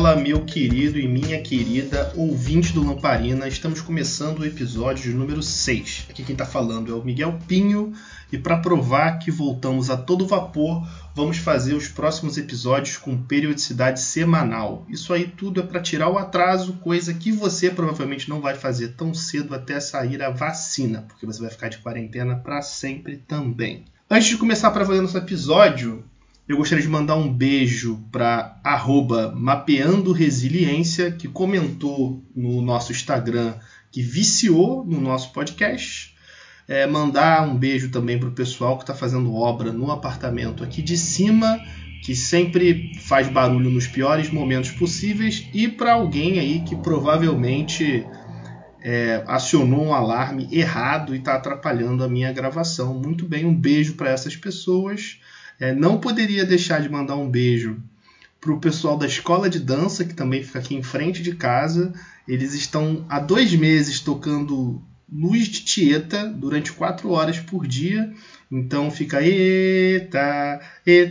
Fala, meu querido e minha querida ouvinte do Lamparina. Estamos começando o episódio de número 6. Aqui quem está falando é o Miguel Pinho. E para provar que voltamos a todo vapor, vamos fazer os próximos episódios com periodicidade semanal. Isso aí tudo é para tirar o atraso, coisa que você provavelmente não vai fazer tão cedo até sair a vacina, porque você vai ficar de quarentena para sempre também. Antes de começar para valer nosso episódio, eu gostaria de mandar um beijo para @mapeando-resiliência, que comentou no nosso Instagram, que viciou no nosso podcast. Mandar um beijo também para o pessoal que está fazendo obra no apartamento aqui de cima, que sempre faz barulho nos piores momentos possíveis, e para alguém aí que provavelmente acionou um alarme errado e está atrapalhando a minha gravação. Muito bem, um beijo para essas pessoas. Não poderia deixar de mandar um beijo para o pessoal da escola de dança, que também fica aqui em frente de casa. Eles estão há 2 meses tocando Luz de Tieta durante 4 horas por dia. Então fica eita,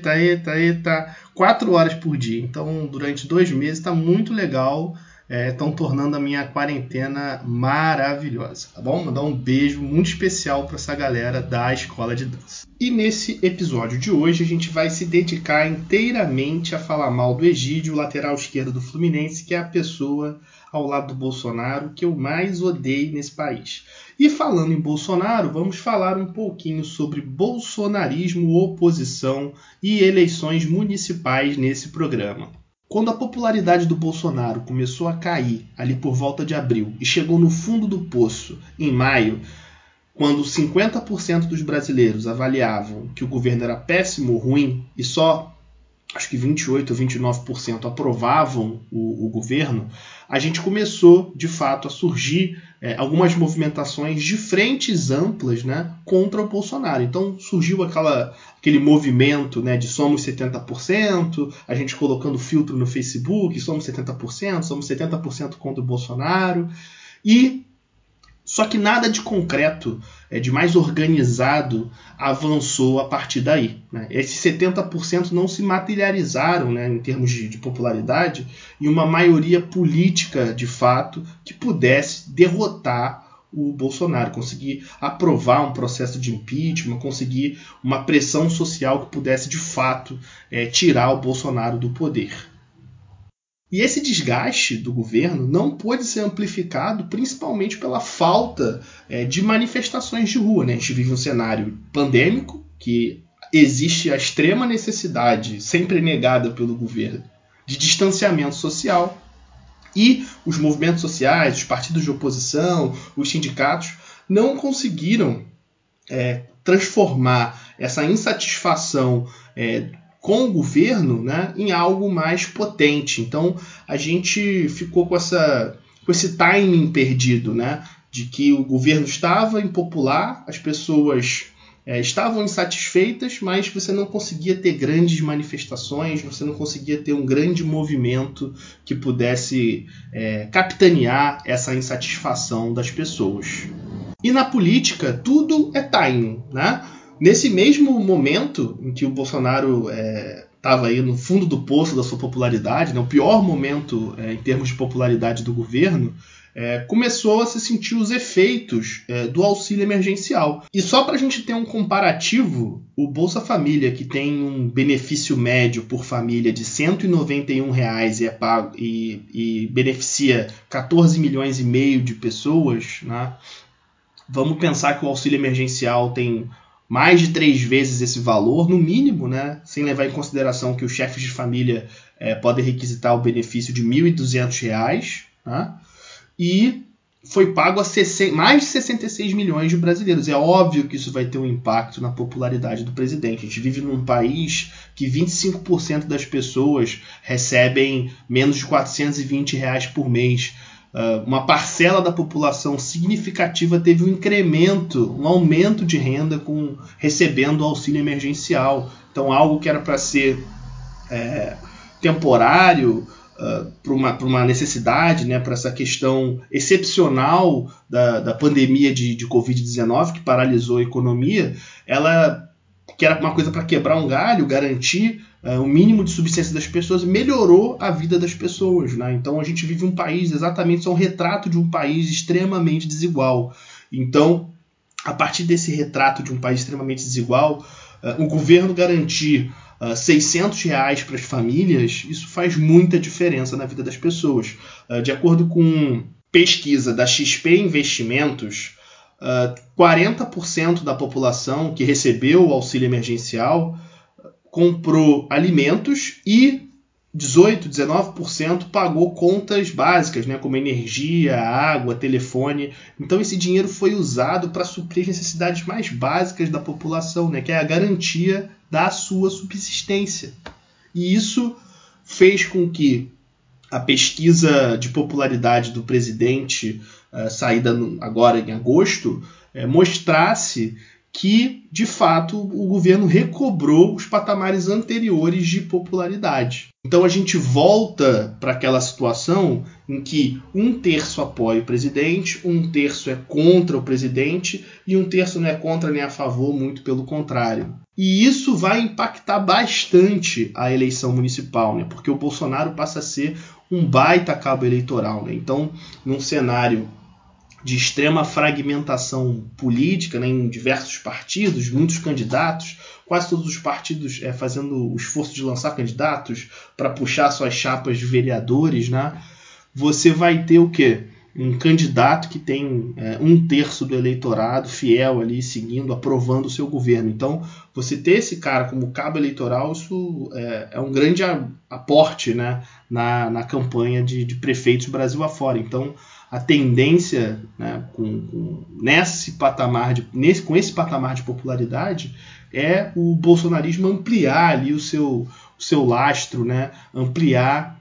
4 horas por dia. Então durante 2 meses está muito legal. Estão tornando a minha quarentena maravilhosa, tá bom? Mandar um beijo muito especial para essa galera da escola de dança. E nesse episódio de hoje a gente vai se dedicar inteiramente a falar mal do Egídio, lateral esquerdo do Fluminense, que é a pessoa ao lado do Bolsonaro que eu mais odeio nesse país. E falando em Bolsonaro, vamos falar um pouquinho sobre bolsonarismo, oposição e eleições municipais nesse programa. Quando a popularidade do Bolsonaro começou a cair ali por volta de abril e chegou no fundo do poço em maio, quando 50% dos brasileiros avaliavam que o governo era péssimo ou ruim e só acho que 28% ou 29% aprovavam o governo, a gente começou, de fato, a surgir algumas movimentações de frentes amplas, né, contra o Bolsonaro. Então surgiu aquele movimento, né, de somos 70%, a gente colocando filtro no Facebook, somos 70% contra o Bolsonaro. Só que nada de concreto, de mais organizado, avançou a partir daí, né? Esses 70% não se materializaram, né, em termos de popularidade, em uma maioria política, de fato, que pudesse derrotar o Bolsonaro, conseguir aprovar um processo de impeachment, conseguir uma pressão social que pudesse, de fato, tirar o Bolsonaro do poder. E esse desgaste do governo não pôde ser amplificado principalmente pela falta de manifestações de rua, né? A gente vive um cenário pandêmico, que existe a extrema necessidade, sempre negada pelo governo, de distanciamento social, e os movimentos sociais, os partidos de oposição, os sindicatos, não conseguiram transformar essa insatisfação com o governo, né, em algo mais potente. Então a gente ficou com esse timing perdido, né, de que o governo estava impopular, as pessoas estavam insatisfeitas, mas você não conseguia ter grandes manifestações, você não conseguia ter um grande movimento que pudesse capitanear essa insatisfação das pessoas. E na política tudo é timing, né? Nesse mesmo momento em que o Bolsonaro estava aí no fundo do poço da sua popularidade, né, o pior momento em termos de popularidade do governo, começou a se sentir os efeitos do auxílio emergencial. E só para a gente ter um comparativo, o Bolsa Família, que tem um benefício médio por família de R$ 191 e beneficia 14 milhões e meio de pessoas, né? Vamos pensar que o auxílio emergencial tem mais de 3 vezes esse valor, no mínimo, né? Sem levar em consideração que os chefes de família podem requisitar o benefício de R$ 1.200, né? E foi pago a mais de 66 milhões de brasileiros. É óbvio que isso vai ter um impacto na popularidade do presidente. A gente vive num país que 25% das pessoas recebem menos de R$ 420 por mês. Uma parcela da população significativa teve um incremento, um aumento de renda recebendo auxílio emergencial. Então algo que era para ser temporário, para uma necessidade, né, para essa questão excepcional da pandemia de Covid-19, que paralisou a economia, ela, que era uma coisa para quebrar um galho, garantir o mínimo de subsistência das pessoas, melhorou a vida das pessoas, né? Então a gente vive um país, exatamente, isso é um retrato de um país extremamente desigual. Então, a partir desse retrato de um país extremamente desigual, o governo garantir R$ 600 para as famílias, isso faz muita diferença na vida das pessoas. De acordo com pesquisa da XP Investimentos, 40% da população que recebeu o auxílio emergencial comprou alimentos e 19% pagou contas básicas, né, como energia, água, telefone. Então esse dinheiro foi usado para suprir as necessidades mais básicas da população, né, que é a garantia da sua subsistência. E isso fez com que a pesquisa de popularidade do presidente, saída agora em agosto, mostrasse que, de fato, o governo recobrou os patamares anteriores de popularidade. Então a gente volta para aquela situação em que 1/3 apoia o presidente, 1/3 é contra o presidente e 1/3 não é contra nem a favor, muito pelo contrário. E isso vai impactar bastante a eleição municipal, né? Porque o Bolsonaro passa a ser um baita cabo eleitoral, né? Então, num cenário de extrema fragmentação política, né, em diversos partidos, muitos candidatos, quase todos os partidos fazendo o esforço de lançar candidatos para puxar suas chapas de vereadores, né, você vai ter o quê? Um candidato que tem 1/3 do eleitorado fiel ali, seguindo, aprovando o seu governo. Então, você ter esse cara como cabo eleitoral, isso é um grande aporte, né, na campanha de prefeitos Brasil afora. Então, a tendência, né, com esse patamar de popularidade é o bolsonarismo ampliar ali o seu lastro, né, ampliar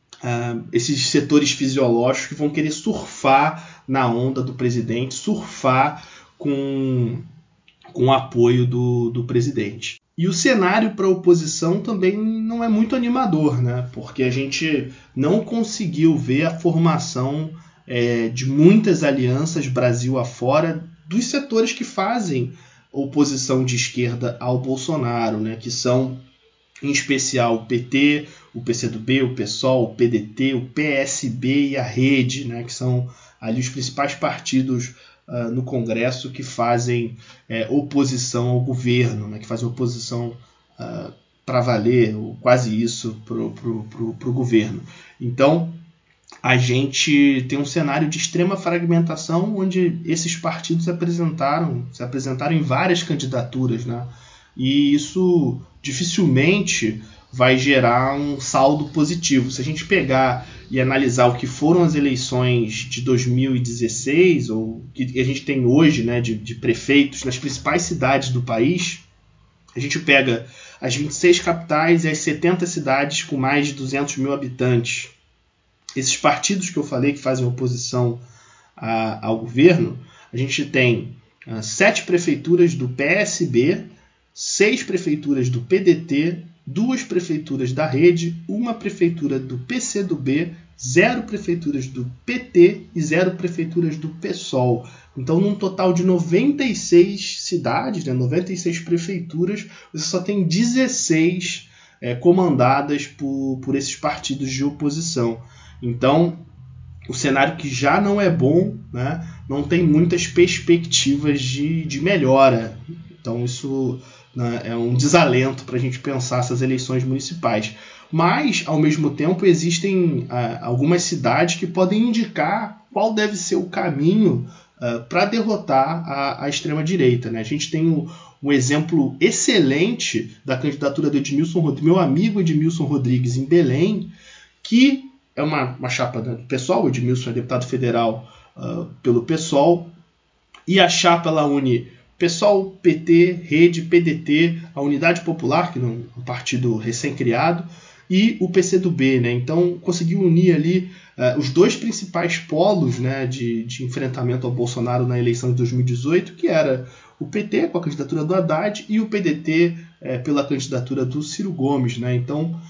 esses setores fisiológicos que vão querer surfar na onda do presidente, surfar com o apoio do presidente. E o cenário para a oposição também não é muito animador, né, porque a gente não conseguiu ver a formação de muitas alianças Brasil afora dos setores que fazem oposição de esquerda ao Bolsonaro, né, que são, em especial, o PT, o PCdoB, o PSOL, o PDT, o PSB e a Rede, né, que são ali os principais partidos no Congresso que fazem oposição ao governo, né, que fazem oposição para valer, ou quase isso, para o governo. Então, a gente tem um cenário de extrema fragmentação, onde esses partidos se apresentaram em várias candidaturas, né? E isso dificilmente vai gerar um saldo positivo. Se a gente pegar e analisar o que foram as eleições de 2016, ou que a gente tem hoje, né, de prefeitos nas principais cidades do país, a gente pega as 26 capitais e as 70 cidades com mais de 200 mil habitantes. Esses partidos que eu falei que fazem oposição ao governo, a gente tem 7 prefeituras do PSB, 6 prefeituras do PDT, 2 prefeituras da Rede, 1 prefeitura do PCdoB, 0 prefeituras do PT e 0 prefeituras do PSOL. Então, num total de 96 cidades, né, 96 prefeituras, você só tem 16 comandadas por esses partidos de oposição. Então, o cenário que já não é bom, né, não tem muitas perspectivas de melhora. Então, isso, né, é um desalento para a gente pensar essas eleições municipais. Mas, ao mesmo tempo, existem algumas cidades que podem indicar qual deve ser o caminho para derrotar a extrema-direita, né? A gente tem um exemplo excelente da candidatura do Edmilson Rodrigues, meu amigo Edmilson Rodrigues, em Belém, que é uma chapa do PSOL. O Edmilson é deputado federal pelo PSOL, e a chapa ela une PSOL, PT, Rede, PDT, a Unidade Popular, que é um partido recém-criado, e o PCdoB, né? Então conseguiu unir ali os dois principais polos, né, de enfrentamento ao Bolsonaro na eleição de 2018, que era o PT com a candidatura do Haddad e o PDT pela candidatura do Ciro Gomes, né? Então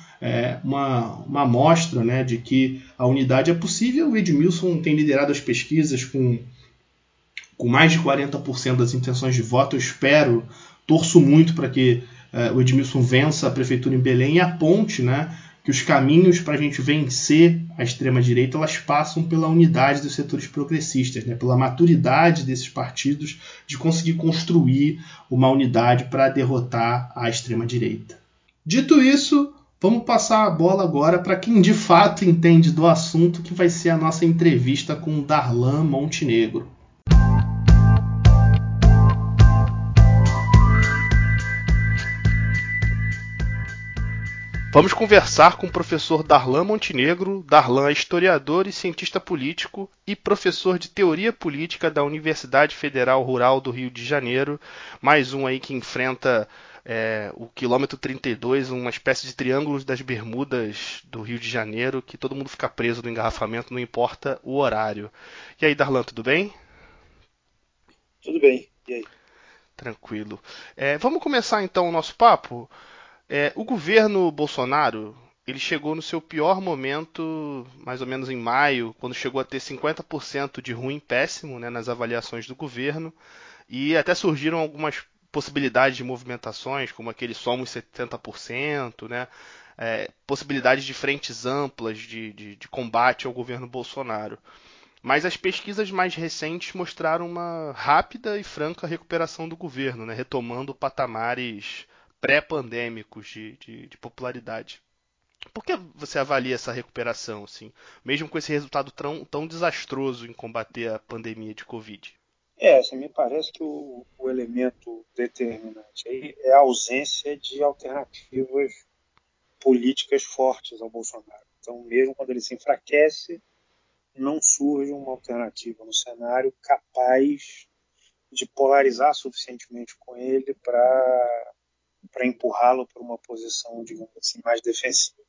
uma amostra, né, de que a unidade é possível. O Edmilson tem liderado as pesquisas com mais de 40% das intenções de voto. Eu torço muito para que o Edmilson vença a prefeitura em Belém e aponte, né, que os caminhos para a gente vencer a extrema-direita elas passam pela unidade dos setores progressistas, né, pela maturidade desses partidos de conseguir construir uma unidade para derrotar a extrema-direita. Dito isso, vamos passar a bola agora para quem de fato entende do assunto, que vai ser a nossa entrevista com Darlan Montenegro. Vamos conversar com o professor Darlan Montenegro. Darlan é historiador e cientista político e professor de teoria política da Universidade Federal Rural do Rio de Janeiro. Mais um aí que enfrenta o quilômetro 32, uma espécie de triângulo das Bermudas do Rio de Janeiro, que todo mundo fica preso no engarrafamento, não importa o horário. E aí, Darlan, tudo bem? Tudo bem, e aí? Tranquilo. Vamos começar então o nosso papo? O governo Bolsonaro ele chegou no seu pior momento, mais ou menos em maio, quando chegou a ter 50% de ruim péssimo, né, nas avaliações do governo, e até surgiram algumas possibilidades de movimentações, como aquele somos 70%, né, possibilidades de frentes amplas de combate ao governo Bolsonaro. Mas as pesquisas mais recentes mostraram uma rápida e franca recuperação do governo, né, retomando patamares pré-pandêmicos de popularidade. Por que você avalia essa recuperação, assim, mesmo com esse resultado tão desastroso em combater a pandemia de Covid? Assim, me parece que o elemento determinante aí é a ausência de alternativas políticas fortes ao Bolsonaro. Então, mesmo quando ele se enfraquece, não surge uma alternativa no cenário capaz de polarizar suficientemente com ele para empurrá-lo para uma posição, digamos assim, mais defensiva.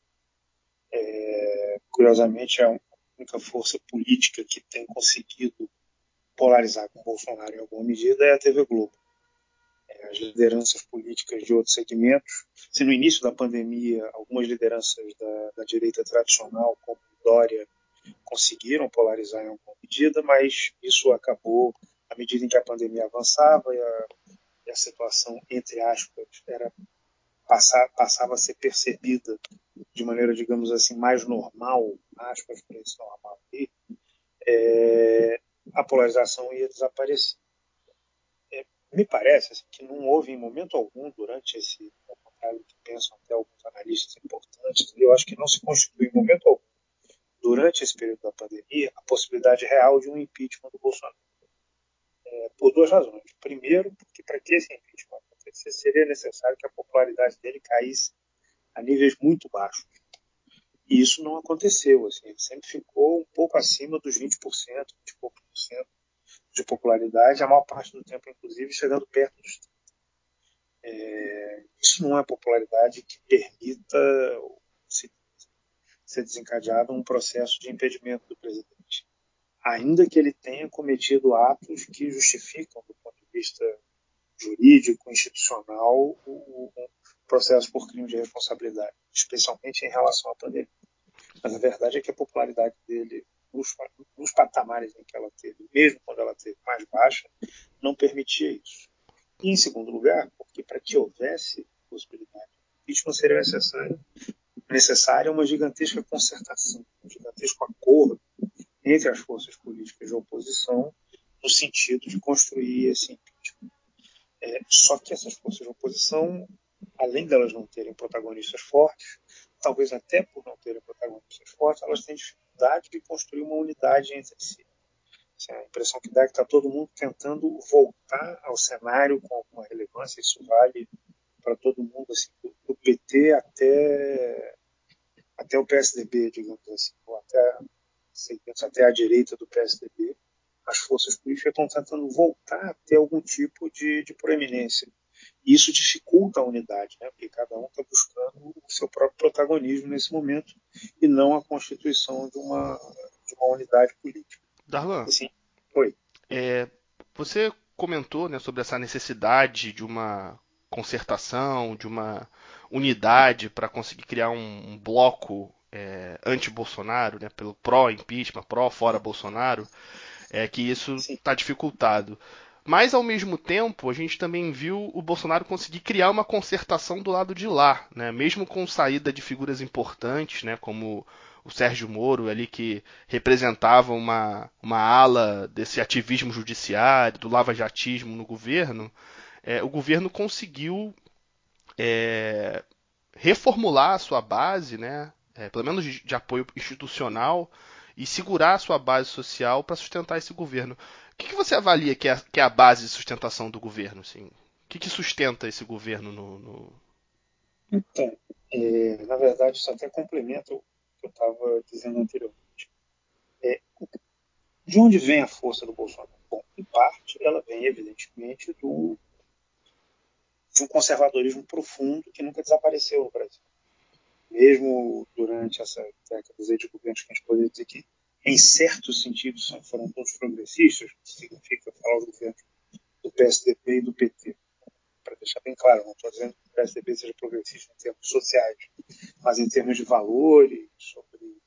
Curiosamente, a única força política que tem conseguido polarizar com o Bolsonaro em alguma medida é a TV Globo. As lideranças políticas de outros segmentos. Se no início da pandemia algumas lideranças da direita tradicional, como Dória, conseguiram polarizar em alguma medida, mas isso acabou à medida em que a pandemia avançava e a situação, entre aspas, passava a ser percebida de maneira, digamos assim, mais normal, aspas para esse normal, e a polarização ia desaparecer. Me parece assim, que não houve em momento algum durante esse, ao contrário do que pensam até alguns analistas importantes, eu acho que não se constituiu em momento algum durante esse período da pandemia a possibilidade real de um impeachment do Bolsonaro. Por duas razões. Primeiro, porque para que esse impeachment acontecesse, seria necessário que a popularidade dele caísse a níveis muito baixos. E isso não aconteceu. Assim, ele sempre ficou um pouco acima dos 20%, 20 e poucos por cento de popularidade, a maior parte do tempo, inclusive, chegando perto dos. Isso não é popularidade que permita ser desencadeado um processo de impedimento do presidente, ainda que ele tenha cometido atos que justificam, do ponto de vista jurídico, institucional, o processo por crime de responsabilidade, especialmente em relação à pandemia. Mas a verdade é que a popularidade dele, nos patamares em que ela teve, mesmo quando ela teve mais baixa, não permitia isso. E, em segundo lugar, porque para que houvesse possibilidade de impeachment seria necessária uma gigantesca concertação, um gigantesco acordo entre as forças políticas de oposição no sentido de construir esse impeachment. Só que essas forças de oposição, além delas não terem protagonistas fortes, talvez até por não terem protagonistas fortes, elas têm dificuldade de construir uma unidade entre si. A impressão que dá é que está todo mundo tentando voltar ao cenário com alguma relevância. Isso vale para todo mundo, assim, do PT até o PSDB, digamos assim, ou até a direita do PSDB. As forças políticas estão tentando voltar a ter algum tipo de proeminência. E isso dificulta a unidade, né? Porque cada um está buscando o seu próprio protagonismo nesse momento e não a constituição de uma unidade política. Darlan, Assim, foi. você comentou, né, sobre essa necessidade de uma concertação, de uma unidade para conseguir criar um bloco anti-Bolsonaro, né, pelo pró-impeachment, pró-fora Bolsonaro, que isso Sim. está dificultado. Mas, ao mesmo tempo, a gente também viu o Bolsonaro conseguir criar uma concertação do lado de lá, né? Mesmo com saída de figuras importantes, né? Como o Sérgio Moro, ali que representava uma ala desse ativismo judiciário, do lavajatismo no governo, o governo conseguiu é, reformular a sua base, né? Pelo menos de apoio institucional, e segurar a sua base social para sustentar esse governo. O que você avalia que é a base de sustentação do governo? Assim? O que sustenta esse governo no... Então, na verdade, isso até complementa o que eu estava dizendo anteriormente. É, de onde vem a força do Bolsonaro? Bom, em parte, ela vem, evidentemente, de um conservadorismo profundo que nunca desapareceu no Brasil. Mesmo durante essa década de governos que a gente poderia dizer que, em certos sentidos, foram todos progressistas, que significa falar os governos do PSDB e do PT. Para deixar bem claro, não estou dizendo que o PSDB seja progressista em termos sociais, mas em termos de valores, sobre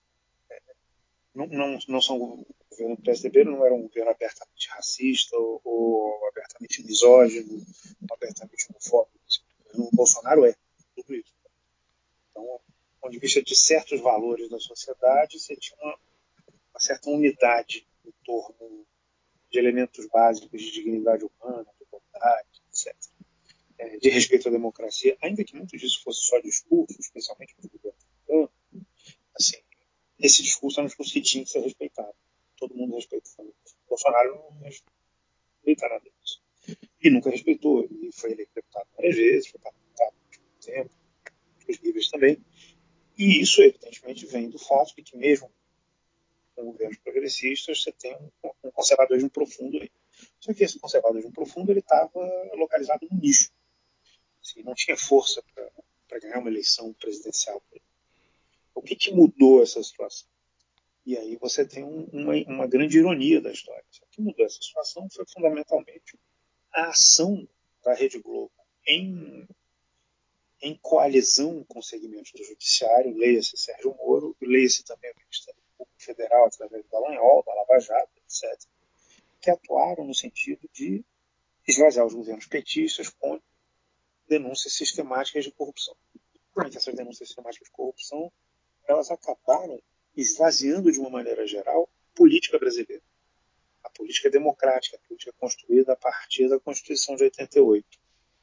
não são o governo do PSDB não era um governo abertamente racista ou abertamente misógino, ou abertamente homofóbico. O Bolsonaro é tudo isso. Então, do ponto de vista de certos valores da sociedade, você tinha uma certa unidade em torno de elementos básicos de dignidade humana, de igualdade, etc. De respeito à democracia, ainda que muito disso fosse só discurso, especialmente no governo americano, assim, esse discurso era um discurso que tinha que ser respeitado. Todo mundo respeitando. Bolsonaro não respeita nada disso. E nunca respeitou. E foi eleito deputado várias vezes, foi parlamentar por muito tempo, outros níveis também. E isso, evidentemente, vem do fato de que, mesmo com governos progressistas, você tem um conservadorismo profundo aí. Só que esse conservadorismo profundo ele estava localizado no nicho. Assim, não tinha força para ganhar uma eleição presidencial. O que mudou essa situação? E aí você tem uma grande ironia da história. O que mudou essa situação foi fundamentalmente a ação da Rede Globo em, em coalizão com segmentos do Judiciário, leia-se Sérgio Moro, leia-se também o Ministério Público Federal, através do Dallagnol, da Lava Jato, etc., que atuaram no sentido de esvaziar os governos petistas com denúncias sistemáticas de corrupção. Durante essas denúncias sistemáticas de corrupção, elas acabaram esvaziando de uma maneira geral a política brasileira, a política democrática, a política construída a partir da Constituição de 88.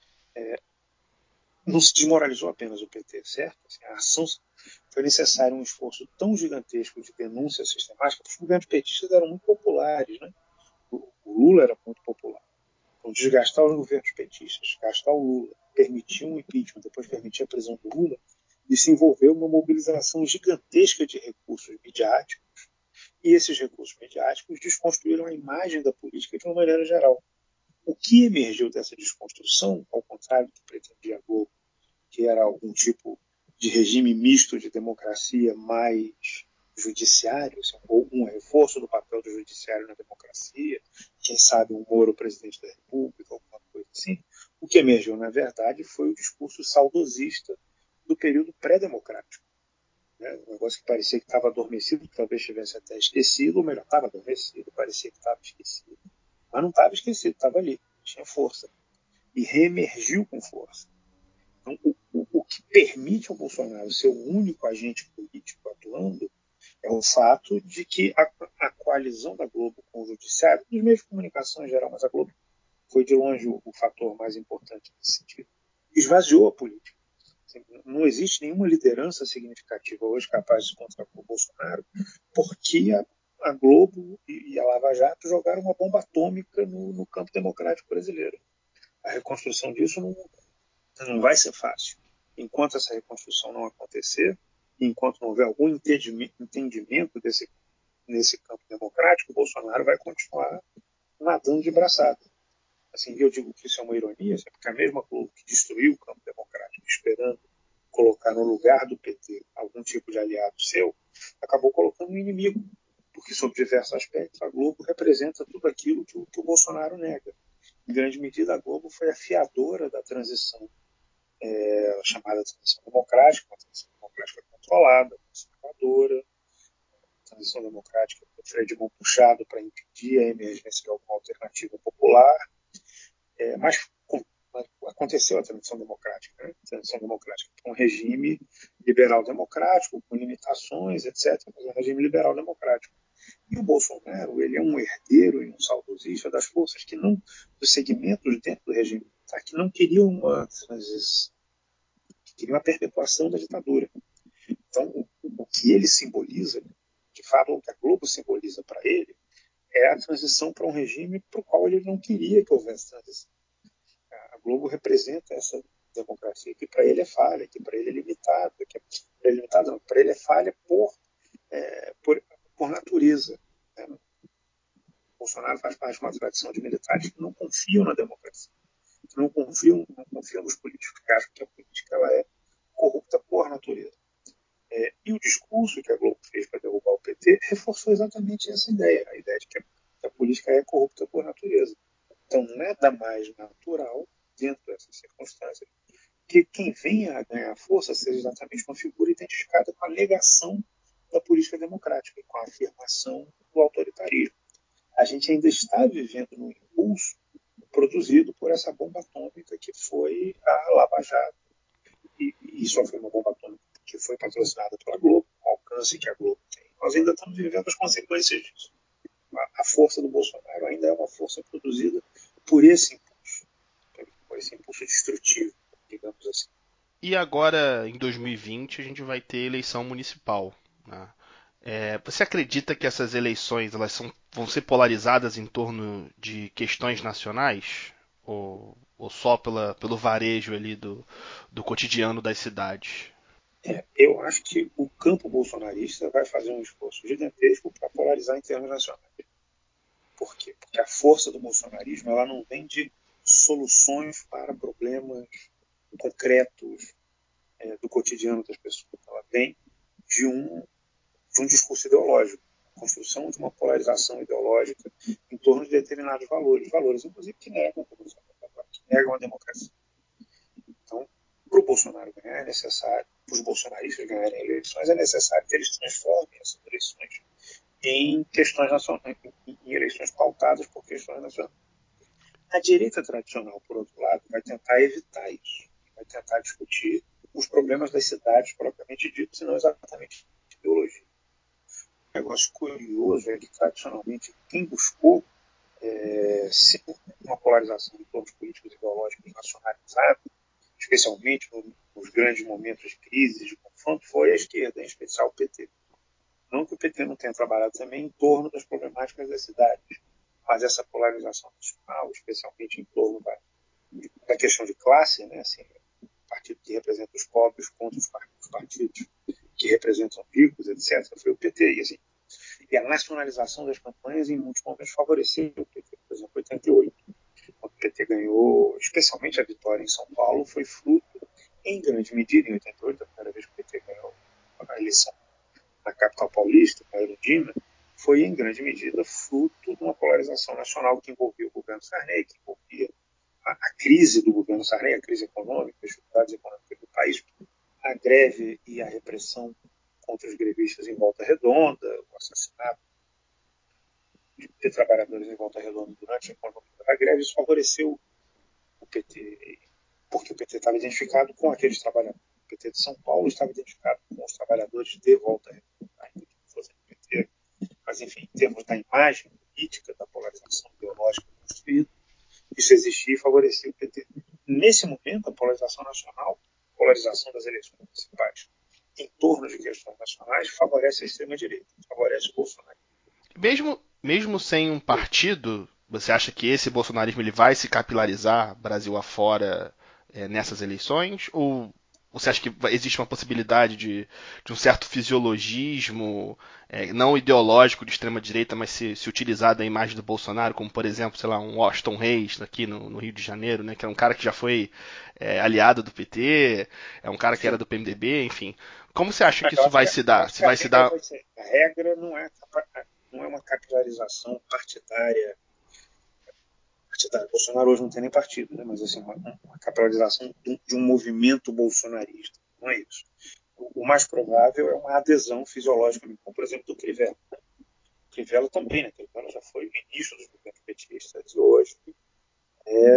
Não se desmoralizou apenas o PT, certo? Assim, a ação foi necessário um esforço tão gigantesco de denúncia sistemática, porque os governos petistas eram muito populares, né? O Lula era muito popular. Então, desgastar os governos petistas, gastar o Lula, permitir um impeachment, depois permitir a prisão do Lula, isso envolveu uma mobilização gigantesca de recursos midiáticos, e esses recursos midiáticos desconstruíram a imagem da política de uma maneira geral. O que emergiu dessa desconstrução, ao contrário do que pretendia a Globo, que era algum tipo de regime misto de democracia mais judiciário, assim, ou um reforço do papel do judiciário na democracia, quem sabe um Moro presidente da República, alguma coisa assim, o que emergiu, na verdade, foi o discurso saudosista do período pré-democrático. Né? Um negócio que parecia que estava adormecido, que talvez tivesse até esquecido, ou melhor, estava adormecido, parecia que estava esquecido. Mas não estava esquecido, estava ali, tinha força. E reemergiu com força. Então, o que permite ao Bolsonaro ser o único agente político atuando é o fato de que a coalizão da Globo com o Judiciário, dos meios de comunicação em geral, mas a Globo foi de longe o fator mais importante nesse sentido, esvaziou a política. Assim, não existe nenhuma liderança significativa hoje capaz de contrapor o Bolsonaro, porque a Globo e a Lava Jato jogaram uma bomba atômica no campo democrático brasileiro. A reconstrução disso não vai ser fácil. Enquanto essa reconstrução não acontecer, enquanto não houver algum entendimento nesse campo democrático, o Bolsonaro vai continuar nadando de braçada. Assim, eu digo que isso é uma ironia, porque a mesma Globo que destruiu o campo democrático, esperando colocar no lugar do PT algum tipo de aliado seu, acabou colocando um inimigo, porque, sob diversos aspectos, a Globo representa tudo aquilo que o Bolsonaro nega. Em grande medida, a Globo foi a fiadora da transição chamada transição democrática, uma transição democrática controlada, conservadora, transição democrática com freio de mão puxado para impedir a emergência de alguma alternativa popular, Mas aconteceu a transição democrática, né? Transição democrática, um regime liberal-democrático, com limitações, etc., mas um regime liberal-democrático. E o Bolsonaro, ele é um herdeiro e um saudosista das forças que não, dos segmentos dentro do regime militar, que não queriam uma transição, que queriam a perpetuação da ditadura. Então, o que ele simboliza, de fato, o que a Globo simboliza para ele, é a transição para um regime para o qual ele não queria que houvesse transição. A Globo representa essa democracia que para ele é falha, que para ele é limitada, para ele é falha por natureza. Né? Bolsonaro faz parte de uma tradição de militares que não confiam na democracia, que não confiam nos políticos, que acham que a política ela é corrupta por natureza. E o discurso que a Globo fez para derrubar o PT reforçou exatamente essa ideia, a ideia de que a política é corrupta por natureza. Então, nada mais natural, dentro dessas circunstâncias, que quem venha a ganhar força seja exatamente uma figura identificada com a negação da política democrática, com a afirmação do autoritarismo. A gente ainda está vivendo num impulso produzido por essa bomba atômica que foi a Lava Jato. E isso foi uma bomba atômica que foi patrocinada pela Globo, o alcance que a Globo tem. Nós ainda estamos vivendo as consequências disso. A força do Bolsonaro ainda é uma força produzida por esse impulso destrutivo, digamos assim. E agora, em 2020, a gente vai ter eleição municipal, né? Você acredita que essas eleições vão ser polarizadas em torno de questões nacionais? Ou só pelo varejo ali do cotidiano das cidades? Eu acho que o campo bolsonarista vai fazer um esforço gigantesco para polarizar em termos nacionais. Por quê? Porque a força do bolsonarismo ela não vem de soluções para problemas concretos do cotidiano das pessoas. Ela vem de um discurso ideológico, a construção de uma polarização ideológica em torno de determinados valores inclusive que negam a democracia. Então, para o Bolsonaro ganhar é necessário, para os bolsonaristas ganharem eleições, é necessário que eles transformem essas eleições em questões nacionais, em eleições pautadas por questões nacionais. A direita tradicional, por outro lado, vai tentar evitar isso, vai tentar discutir os problemas das cidades propriamente ditos, e não exatamente ideologia. Um negócio curioso é que, tradicionalmente, quem buscou uma polarização em torno dos políticos ideológicos nacionalizados, especialmente nos grandes momentos de crise, de confronto, foi a esquerda, em especial o PT. Não que o PT não tenha trabalhado também em torno das problemáticas das cidades, mas essa polarização nacional, especialmente em torno da questão de classe, né, assim, o partido que representa os pobres contra os partidos que representam ricos, etc., foi o PT. E a nacionalização das campanhas, em muitos momentos, favoreceu o PT. Por exemplo, em 88, quando o PT ganhou, especialmente a vitória em São Paulo, foi fruto, em grande medida, em 88, a primeira vez que o PT ganhou a eleição na capital paulista, na Erundina, foi em grande medida fruto de uma polarização nacional que envolvia o governo Sarney, que envolvia a crise do governo Sarney, a crise econômica, as dificuldades econômicas do país, a greve e a repressão contra os grevistas em Volta Redonda, o assassinato de trabalhadores em Volta Redonda durante a economia da greve, isso favoreceu o PT, porque o PT estava identificado com aqueles trabalhadores. O PT de São Paulo estava identificado com os trabalhadores de Volta Redonda, ainda que não fossem do PT. Mas, enfim, em termos da imagem política, da polarização ideológica construída, isso existia e favorecia o PT. Nesse momento, a polarização nacional, a polarização das eleições municipais em torno de questões nacionais, favorece a extrema-direita, favorece o Bolsonaro. Mesmo sem um partido, você acha que esse bolsonarismo ele vai se capilarizar Brasil afora nessas eleições? Ou você acha que existe uma possibilidade de um certo fisiologismo, não ideológico de extrema-direita, mas se utilizar da imagem do Bolsonaro, como por exemplo, sei lá, um Washington Reis aqui no Rio de Janeiro, né, que é um cara que já foi aliado do PT, é um cara que era do PMDB, enfim. Como você acha que isso vai se dar? Se vai se dar. A regra não é uma capilarização partidária. Bolsonaro hoje não tem nem partido, né? Mas assim, uma capilarização de um movimento bolsonarista. Não é isso. O mais provável é uma adesão fisiológica, como por exemplo do Crivella. O Crivella também, né? Crivella já foi ministro dos governos petistas e hoje apoia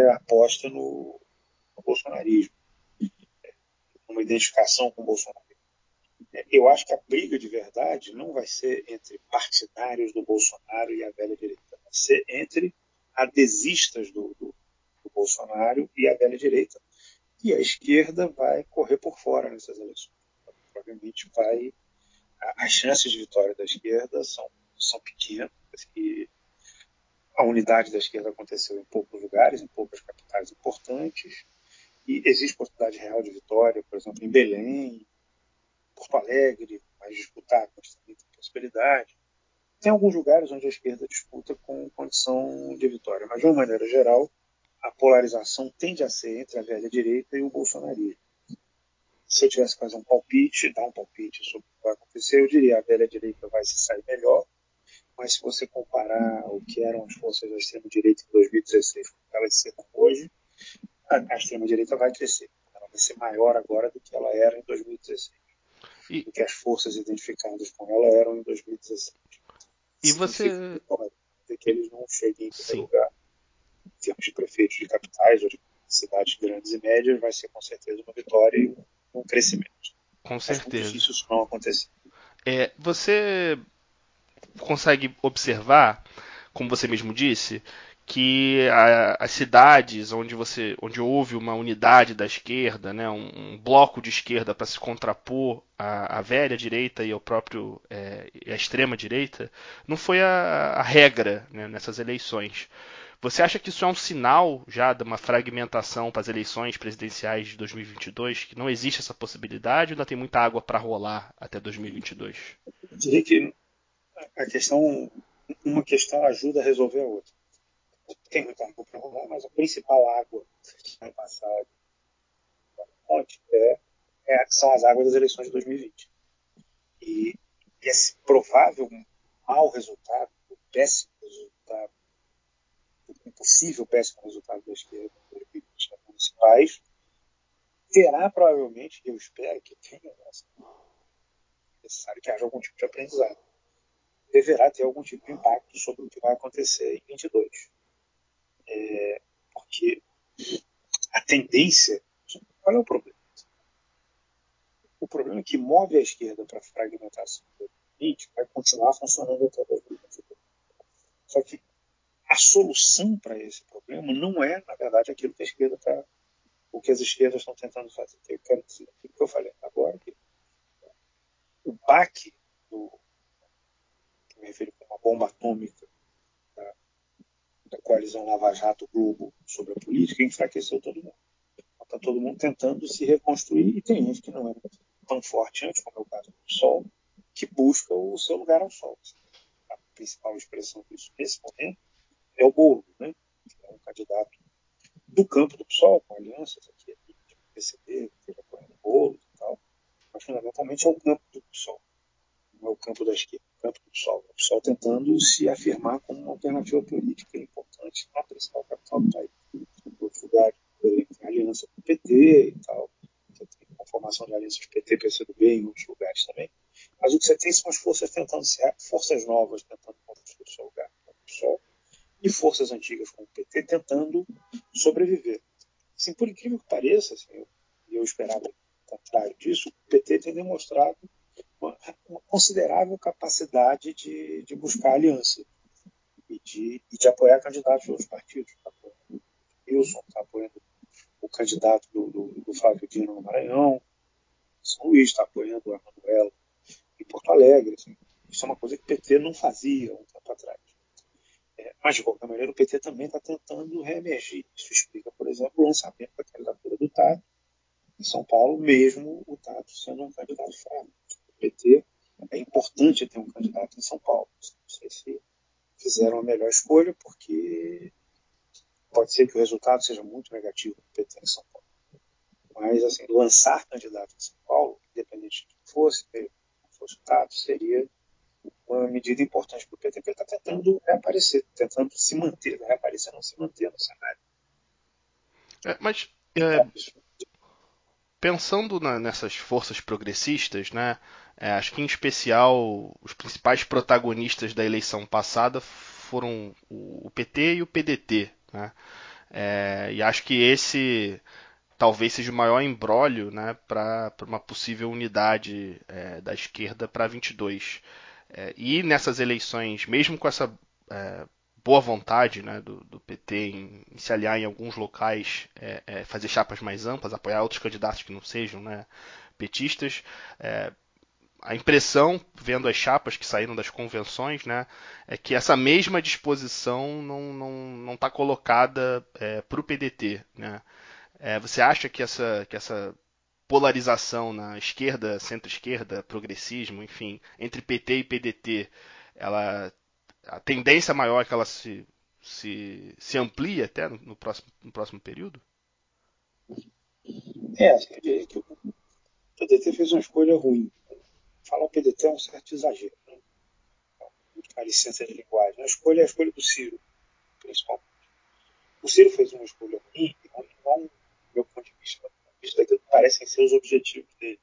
aposta no bolsonarismo, numa identificação com o Bolsonaro. Eu acho que a briga de verdade não vai ser entre partidários do Bolsonaro e a velha direita, vai ser entre adesistas do Bolsonaro e a velha direita. E a esquerda vai correr por fora nessas eleições. Provavelmente as chances de vitória da esquerda são pequenas, e a unidade da esquerda aconteceu em poucos lugares, em poucas capitais importantes, e existe possibilidade real de vitória, por exemplo, em Belém, Porto Alegre, mais disputado, mas também tem possibilidade. Tem alguns lugares onde a esquerda disputa com condição de vitória, mas de uma maneira geral, a polarização tende a ser entre a velha direita e o bolsonarismo. Se eu tivesse que fazer um palpite, dar um palpite sobre o que vai acontecer, eu diria que a velha direita vai se sair melhor, mas se você comparar o que eram as forças da extrema-direita em 2016 com o que elas serão hoje, a extrema-direita vai crescer. Ela vai ser maior agora do que ela era em 2016. Do que as forças identificadas com ela eram em 2016. E você... que eles não cheguem em primeiro lugar, em termos de prefeitos de capitais ou de cidades grandes e médias, vai ser com certeza uma vitória e um crescimento. Com certeza. É muito difícil isso não acontecer. Você consegue observar, como você mesmo disse, que as cidades onde houve uma unidade da esquerda, né, um bloco de esquerda para se contrapor à velha direita e à extrema direita, não foi a regra, né, nessas eleições. Você acha que isso é um sinal já de uma fragmentação para as eleições presidenciais de 2022? Que não existe essa possibilidade ou ainda tem muita água para rolar até 2022? Eu diria que uma questão ajuda a resolver a outra. Tem muita água para rolar, mas a principal água que vai passar fonte são as águas das eleições de 2020. E esse provável mau resultado, o péssimo resultado, o possível péssimo resultado da esquerda em 2020 nas municipais, terá provavelmente, eu espero que tenha, necessário que haja algum tipo de aprendizado. Deverá ter algum tipo de impacto sobre o que vai acontecer em 22. Porque a tendência... Qual é o problema? O problema é que move a esquerda para a fragmentação de 2020 vai continuar funcionando até 2022. Só que a solução para esse problema não é, na verdade, aquilo que a esquerda está, o que as esquerdas estão tentando fazer. Eu quero dizer aquilo que eu falei agora, que o baque que me refiro a uma bomba atômica da coalizão Lava Jato Globo sobre a política enfraqueceu todo mundo. Está todo mundo tentando se reconstruir e tem gente que não é tão forte antes, como é o caso do PSOL, que busca o seu lugar ao sol. A principal expressão disso nesse momento é o Boulos, né? Que é um candidato do campo do PSOL, com alianças aqui, de PCB, que ele apoia o Boulos e tal, mas fundamentalmente é o campo do PSOL, não é o campo da esquerda, o campo do PSOL. O PSOL tentando se afirmar como uma alternativa política importante na principal capital do país. Em outros lugares, tem aliança com o PT e tal, tem a formação de alianças PT, PCdoB em outros lugares também. Mas o que você tem são as forças forças novas tentando construir o seu lugar no PSOL e forças antigas como o PT tentando sobreviver. Assim, por incrível que pareça, assim, eu esperava o contrário disso, o PT tem demonstrado uma considerável capacidade de buscar aliança e de apoiar candidatos de outros partidos. Está apoiando o Wilson, está apoiando o candidato do Flávio Dino no Maranhão, São Luís, está apoiando a Manuela em Porto Alegre. Assim. Isso é uma coisa que o PT não fazia um tempo atrás. Mas, de qualquer maneira, o PT também está tentando reemergir. Isso explica, por exemplo, o lançamento da candidatura do Tato em São Paulo, mesmo o Tato sendo um candidato fraco. O PT é importante ter um candidato em São Paulo. Não sei se fizeram a melhor escolha, porque pode ser que o resultado seja muito negativo para o PT em São Paulo. Mas, assim, lançar candidato em São Paulo, independente de quem fosse, o Tato, seria uma medida importante para o PT, porque ele está tentando reaparecer, tentando se manter, reaparecer não se manter no cenário. Mas pensando nessas forças progressistas, né, acho que em especial os principais protagonistas da eleição passada foram o PT e o PDT, né? E acho que esse talvez seja o maior imbróglio, né, para uma possível unidade da esquerda para 22. E nessas eleições, mesmo com essa boa vontade, né, do PT em se aliar em alguns locais, fazer chapas mais amplas, apoiar outros candidatos que não sejam, né, petistas, a impressão, vendo as chapas que saíram das convenções, né, é que essa mesma disposição não está colocada para o PDT. Né? Você acha que essa polarização na esquerda, centro-esquerda, progressismo, enfim, entre PT e PDT, a tendência maior é que ela se amplie até no próximo período? Eu diria que o PDT fez uma escolha ruim. Falar o PDT é um certo exagero, né? A licença de linguagem. A escolha é a escolha do Ciro, principalmente. O Ciro fez uma escolha ruim, e não do meu ponto de vista, daquilo que parecem ser os objetivos dele.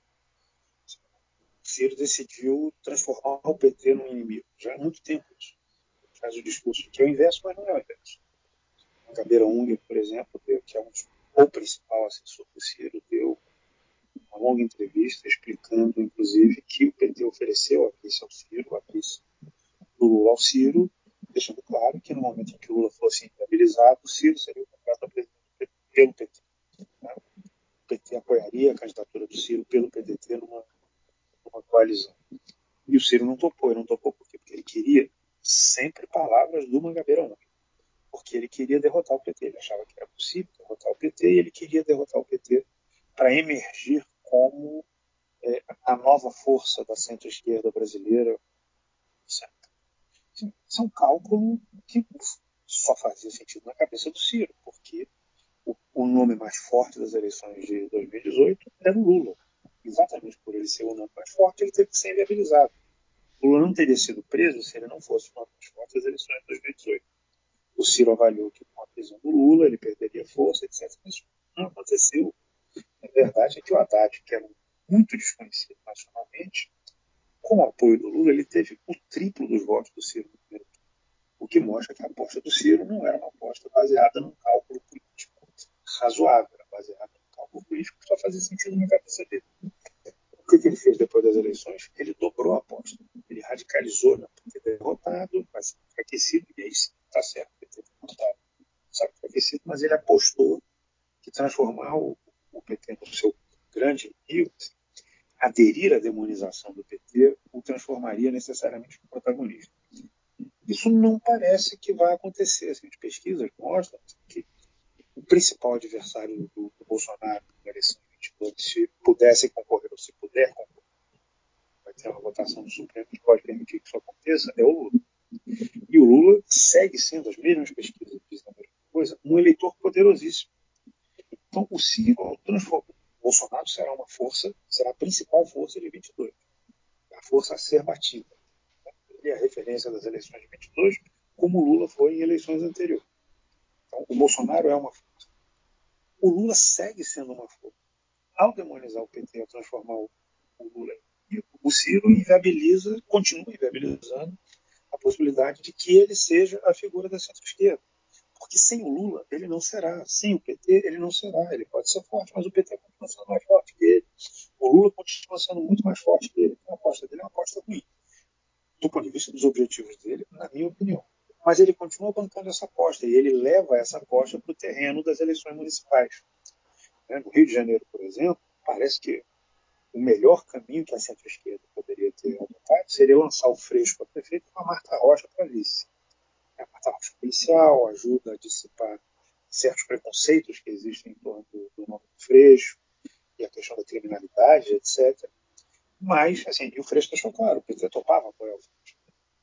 O Ciro decidiu transformar o PT num inimigo. Já há muito tempo isso. Faz o discurso que é o inverso, mas não é o inverso. A Gabeira Unger, por exemplo, que é o principal assessor do Ciro, deu uma longa entrevista explicando, inclusive, que o PT ofereceu a vice ao Ciro, a vice do Lula ao Ciro, deixando claro que no momento em que o Lula fosse inviabilizado, o Ciro seria o candidato a presidente pelo PT. Né? O PT apoiaria a candidatura do Ciro pelo PDT numa coalizão. E o Ciro não topou. Ele não topou por quê? Porque ele queria sempre palavras do Mangabeira Unger. Porque ele queria derrotar o PT. Ele achava que era possível derrotar o PT e ele queria derrotar o PT para emergir como a nova força da centro-esquerda brasileira. Isso é um cálculo que só fazia sentido na cabeça do Ciro, porque o nome mais forte das eleições de 2018 era o Lula. Exatamente por ele ser o nome mais forte, ele teve que ser inviabilizado. O Lula não teria sido preso se ele não fosse o nome mais forte das eleições de 2018. O Ciro avaliou que com a prisão do Lula ele perderia força, etc. Mas isso não aconteceu. A verdade é que o Haddad, que era muito desconhecido nacionalmente, com o apoio do Lula, ele teve o triplo dos votos do Ciro no primeiro turno. O que mostra que a aposta do Ciro não era uma aposta baseada num cálculo político razoável, era baseada num cálculo político que só fazia sentido na cabeça dele. O que ele fez depois das eleições? Ele dobrou a aposta. Ele radicalizou, não ter derrotado, mas enfraquecido, e aí está certo, ele ter derrotado, sabe, enfraquecido, mas ele apostou que transformar o PT no seu grande inimigo, aderir à demonização do PT, o transformaria necessariamente em protagonista. Isso não parece que vai acontecer. As pesquisas mostram que o principal adversário do Bolsonaro na eleição de 22, se pudesse concorrer ou se puder concorrer, vai ter uma votação do Supremo que pode permitir que isso aconteça, é o Lula. E o Lula segue sendo, as mesmas pesquisas dizem a mesma coisa, um eleitor poderosíssimo. Então, o Ciro transforma. O Bolsonaro será uma força, será a principal força de 22, a força a ser batida. Ele é a referência das eleições de 22, como o Lula foi em eleições anteriores. Então, o Bolsonaro é uma força. O Lula segue sendo uma força. Ao demonizar o PT, ao transformar o Lula em o Ciro continua inviabilizando a possibilidade de que ele seja a figura da centro-esquerda. Porque sem o Lula, ele não será. Sem o PT, ele não será. Ele pode ser forte, mas o PT continua sendo mais forte que ele. O Lula continua sendo muito mais forte que ele. A aposta dele é uma aposta ruim, do ponto de vista dos objetivos dele, na minha opinião. Mas ele continua bancando essa aposta e ele leva essa aposta para o terreno das eleições municipais. No Rio de Janeiro, por exemplo, parece que o melhor caminho que a centro-esquerda poderia ter adotado seria lançar o Freixo a prefeito com a Marta Rocha para vice. A Marta Rocha policial ajuda a dissipar certos preconceitos que existem em torno do nome do Freixo e a questão da criminalidade, etc. Mas, assim, e o Freixo deixou claro, o PT topava apoiar o Freixo.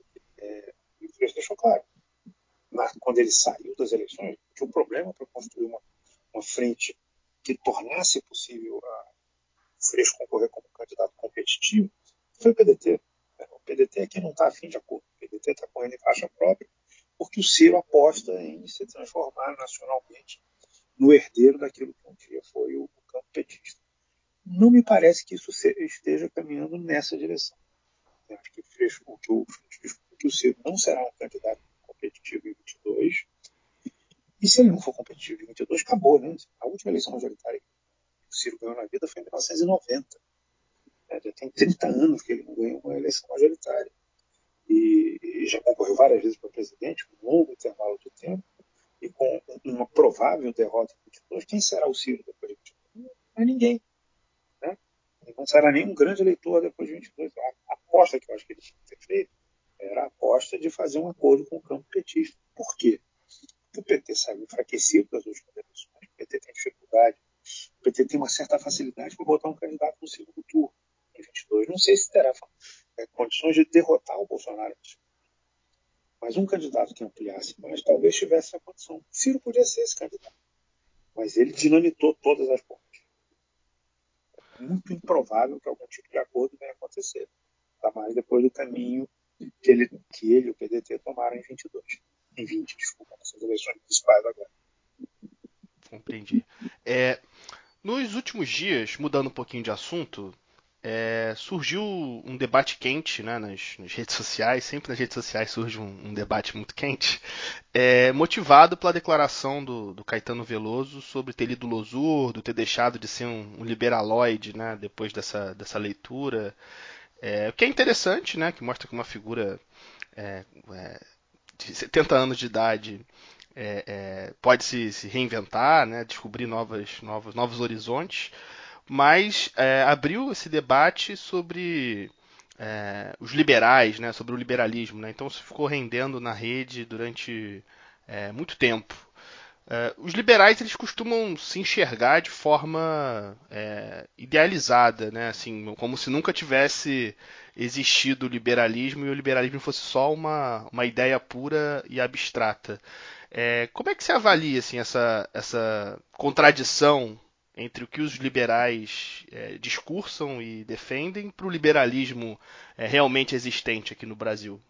E o Freixo deixou claro, quando ele saiu das eleições, que o problema para construir uma frente que tornasse possível a Freixo concorrer como candidato competitivo foi o PDT. O PDT é quem não está afim de acordo. O PDT está correndo em faixa própria porque o Ciro aposta em se transformar nacionalmente no herdeiro daquilo que um dia foi o campo petista. Não me parece que isso esteja caminhando nessa direção. Eu acho que o Ciro não será um candidato competitivo em 22, e se ele não for competitivo em 22 acabou, né? A última eleição majoritária que o Ciro ganhou na vida foi em 1990. Né? Já tem 30 anos que ele não ganha uma eleição majoritária. E já concorreu várias vezes para presidente, com um longo intervalo de tempo, e com uma provável derrota em 22. Quem será o Ciro depois de 22? Não é ninguém. Né? Ele não será nem um grande eleitor depois de 22. A aposta que eu acho que ele tinha que ter feito era a aposta de fazer um acordo com o campo petista. Por quê? Porque o PT saiu enfraquecido das últimas eleições, o PT tem dificuldade, o PT tem uma certa facilidade para botar um candidato no segundo turno em 22. Não sei se terá condições de derrotar o Bolsonaro, mas um candidato que ampliasse mais talvez tivesse a condição. Ciro podia ser esse candidato, mas ele dinamitou todas as pontes. É muito improvável que algum tipo de acordo venha acontecer, ainda mais depois do caminho que ele e o PDT tomaram em 22. Em 20, desculpa, nessas eleições municipais agora. Compreendi. Nos últimos dias, mudando um pouquinho de assunto, surgiu um debate quente, né, nas redes sociais. Sempre nas redes sociais surge um debate muito quente, motivado pela declaração do Caetano Veloso sobre ter lido Losurdo, ter deixado de ser um liberaloide, né, depois dessa leitura. O que é interessante, né, que mostra que uma figura é, é, de 70 anos de idade pode se reinventar, né, descobrir novos horizontes, mas abriu esse debate sobre os liberais, né, sobre o liberalismo. Né, então isso ficou rendendo na rede durante muito tempo. Os liberais eles costumam se enxergar de forma idealizada, né, assim, como se nunca tivesse existido o liberalismo e o liberalismo fosse só uma ideia pura e abstrata. Como é que você avalia assim, essa contradição entre o que os liberais discursam e defendem para o liberalismo realmente existente aqui no Brasil?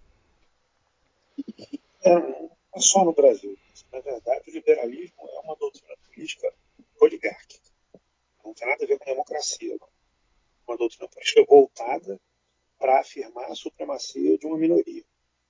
Não é só no Brasil. Na verdade, o liberalismo é uma doutrina política oligárquica. Não tem nada a ver com democracia. Não. Uma doutrina política voltada para afirmar a supremacia de uma minoria.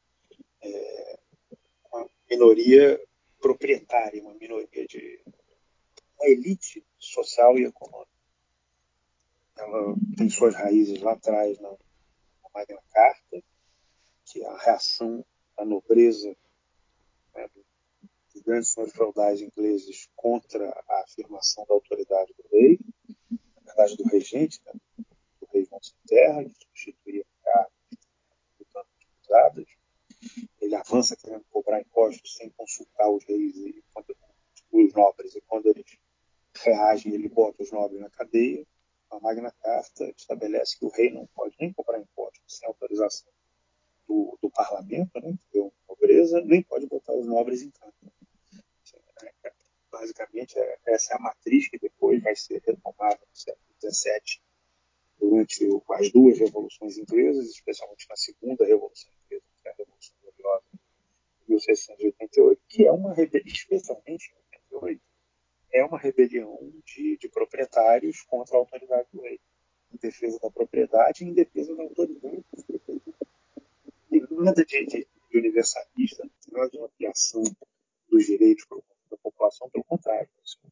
Uma minoria proprietária, uma minoria de uma elite social e econômica. Ela tem suas raízes lá atrás na Magna Carta, que é a reação da nobreza, né, dos grandes senhores feudais ingleses contra a afirmação da autoridade do rei, na verdade do regente, né, do rei João sem Terra, que substituía o cargo de cruzadas. Ele avança querendo cobrar impostos sem consultar os reis e os nobres, e quando eles reagem, ele bota os nobres na cadeia. A Magna Carta estabelece que o rei não pode nem cobrar impostos sem autorização do parlamento, né, que é uma nobreza, nem pode botar os nobres em campo. Basicamente, essa é a matriz que depois vai ser retomada no século XVII, durante as duas revoluções inglesas, especialmente na segunda revolução inglesa, que é a Revolução Gloriosa de 1688, que é uma rebelião, especialmente em 88, é uma rebelião de proprietários contra a autoridade do rei, em defesa da propriedade e em defesa da autoridade. Tem nada de universalista, não tem nada de ampliação dos direitos da população, pelo contrário.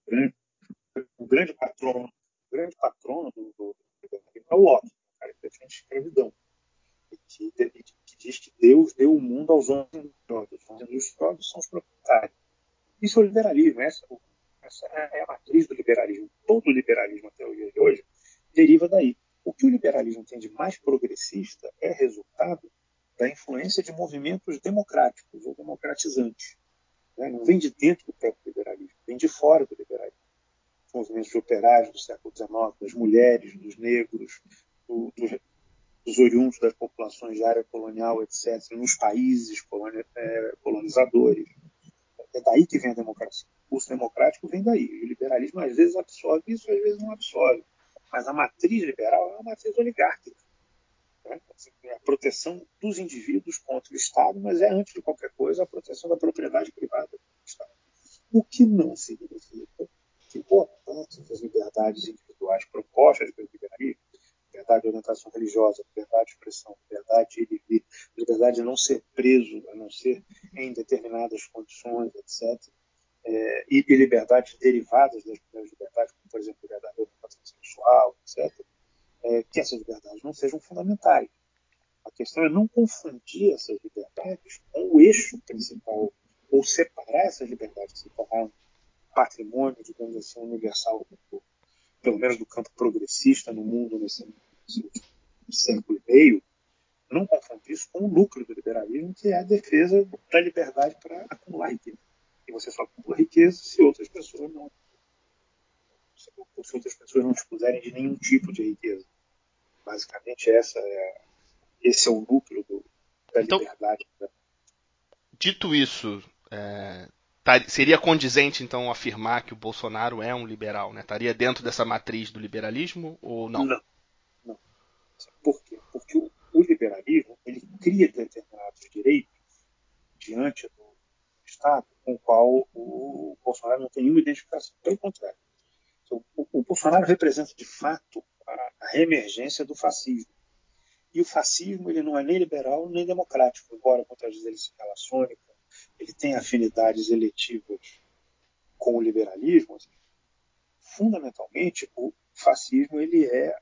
O grande patrono do liberalismo é o Locke, o cara que defende a escravidão, e que diz que Deus deu o mundo aos homens industriosos. Os homens industriosos são os proprietários. Isso é o liberalismo, essa é a matriz do liberalismo. Todo o liberalismo até o dia de hoje deriva daí. O que o liberalismo tem de mais progressista é resultado da influência de movimentos democráticos ou democratizantes. Né? Não vem de dentro do próprio liberalismo, vem de fora do liberalismo. Os movimentos operários do século XIX, das mulheres, dos negros, dos oriundos das populações de área colonial, etc., nos países colonizadores. É daí que vem a democracia. O curso democrático vem daí. O liberalismo às vezes absorve isso, às vezes não absorve. Mas a matriz liberal é uma matriz oligárquica. Né? É a proteção dos indivíduos contra o Estado, mas é, antes de qualquer coisa, a proteção da propriedade privada do Estado. O que não significa que boa parte das liberdades individuais propostas pelo liberalismo, liberdade de orientação religiosa, liberdade de expressão, liberdade de ir e vir, liberdade de não ser preso, a não ser em determinadas condições, etc., e liberdades derivadas das primeiras liberdades, como, por exemplo, liberdade de orientação sexual, etc., que essas liberdades não sejam fundamentais. A questão é não confundir essas liberdades com o eixo principal, ou separar essas liberdades, se tornar um patrimônio, digamos assim, universal, pelo menos do campo progressista no mundo nesse século e meio, não confundir isso com o núcleo do liberalismo, que é a defesa da liberdade para acumular riqueza. E você só acumula riqueza se outras pessoas não dispuserem de nenhum tipo de riqueza. Basicamente, esse é o núcleo da liberdade. Então, dito isso, seria condizente, então, afirmar que o Bolsonaro é um liberal, né? Estaria dentro dessa matriz do liberalismo ou não? Não. Por quê? Porque o liberalismo ele cria determinados direitos diante do Estado com o qual o Bolsonaro não tem nenhuma identificação. Pelo contrário. O Bolsonaro representa, de fato, a reemergência do fascismo. E o fascismo ele não é nem liberal nem democrático, embora muitas vezes ele se relacione com, ele tem afinidades eletivas com o liberalismo. Fundamentalmente, o fascismo ele é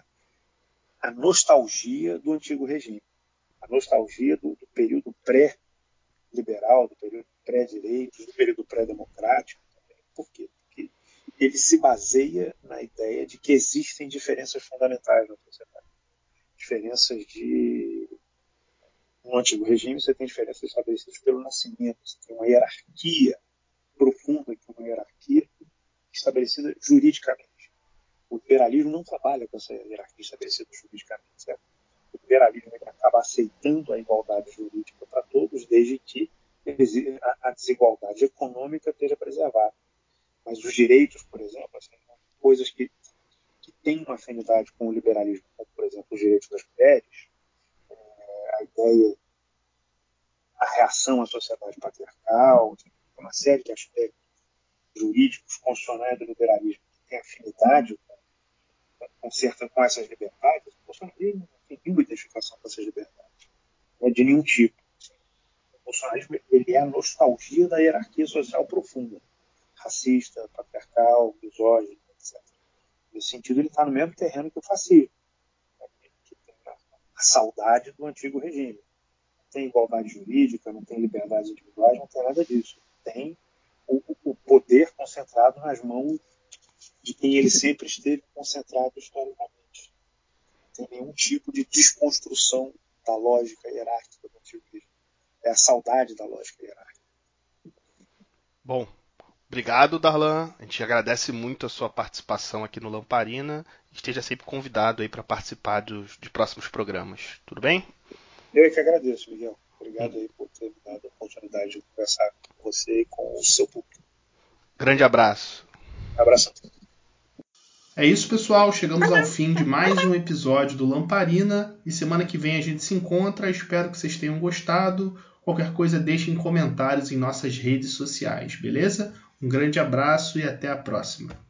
a nostalgia do antigo regime, a nostalgia do período pré-liberal, do período pré-direitos, do período pré-democrático. Por quê? Porque ele se baseia na ideia de que existem diferenças fundamentais na sociedade. Diferenças de... No antigo regime, você tem diferenças estabelecidas pelo nascimento, você tem uma hierarquia profunda, que é uma hierarquia estabelecida juridicamente. O liberalismo não trabalha com essa hierarquia estabelecida juridicamente, certo? O liberalismo acaba aceitando a igualdade jurídica para todos, desde que a desigualdade econômica esteja preservada. Mas os direitos, por exemplo, assim, coisas que têm uma afinidade com o liberalismo, como, por exemplo, os direitos das mulheres, a ideia, a reação à sociedade patriarcal, uma série de aspectos jurídicos, constitucionais do liberalismo que têm afinidade com essas liberdades, o bolsonarismo não tem nenhuma identificação com essas liberdades, não é de nenhum tipo. O bolsonarismo ele é a nostalgia da hierarquia social profunda, racista, patriarcal, misógino, etc. Nesse sentido, ele está no mesmo terreno que o fascismo, que tem a saudade do antigo regime. Não tem igualdade jurídica, não tem liberdades individuais, não tem nada disso. Tem o poder concentrado nas mãos de quem ele sempre esteve concentrado historicamente. Não tem nenhum tipo de desconstrução da lógica hierárquica do antigo regime. É a saudade da lógica hierárquica. Bom, obrigado, Darlan. A gente agradece muito a sua participação aqui no Lamparina. Esteja sempre convidado aí para participar de próximos programas. Tudo bem? Eu é que agradeço, Miguel. Obrigado aí por ter me dado a oportunidade de conversar com você e com o seu público. Grande abraço. Abração. É isso, pessoal. Chegamos ao fim de mais um episódio do Lamparina. E semana que vem a gente se encontra. Espero que vocês tenham gostado. Qualquer coisa, deixem comentários em nossas redes sociais, beleza? Um grande abraço e até a próxima.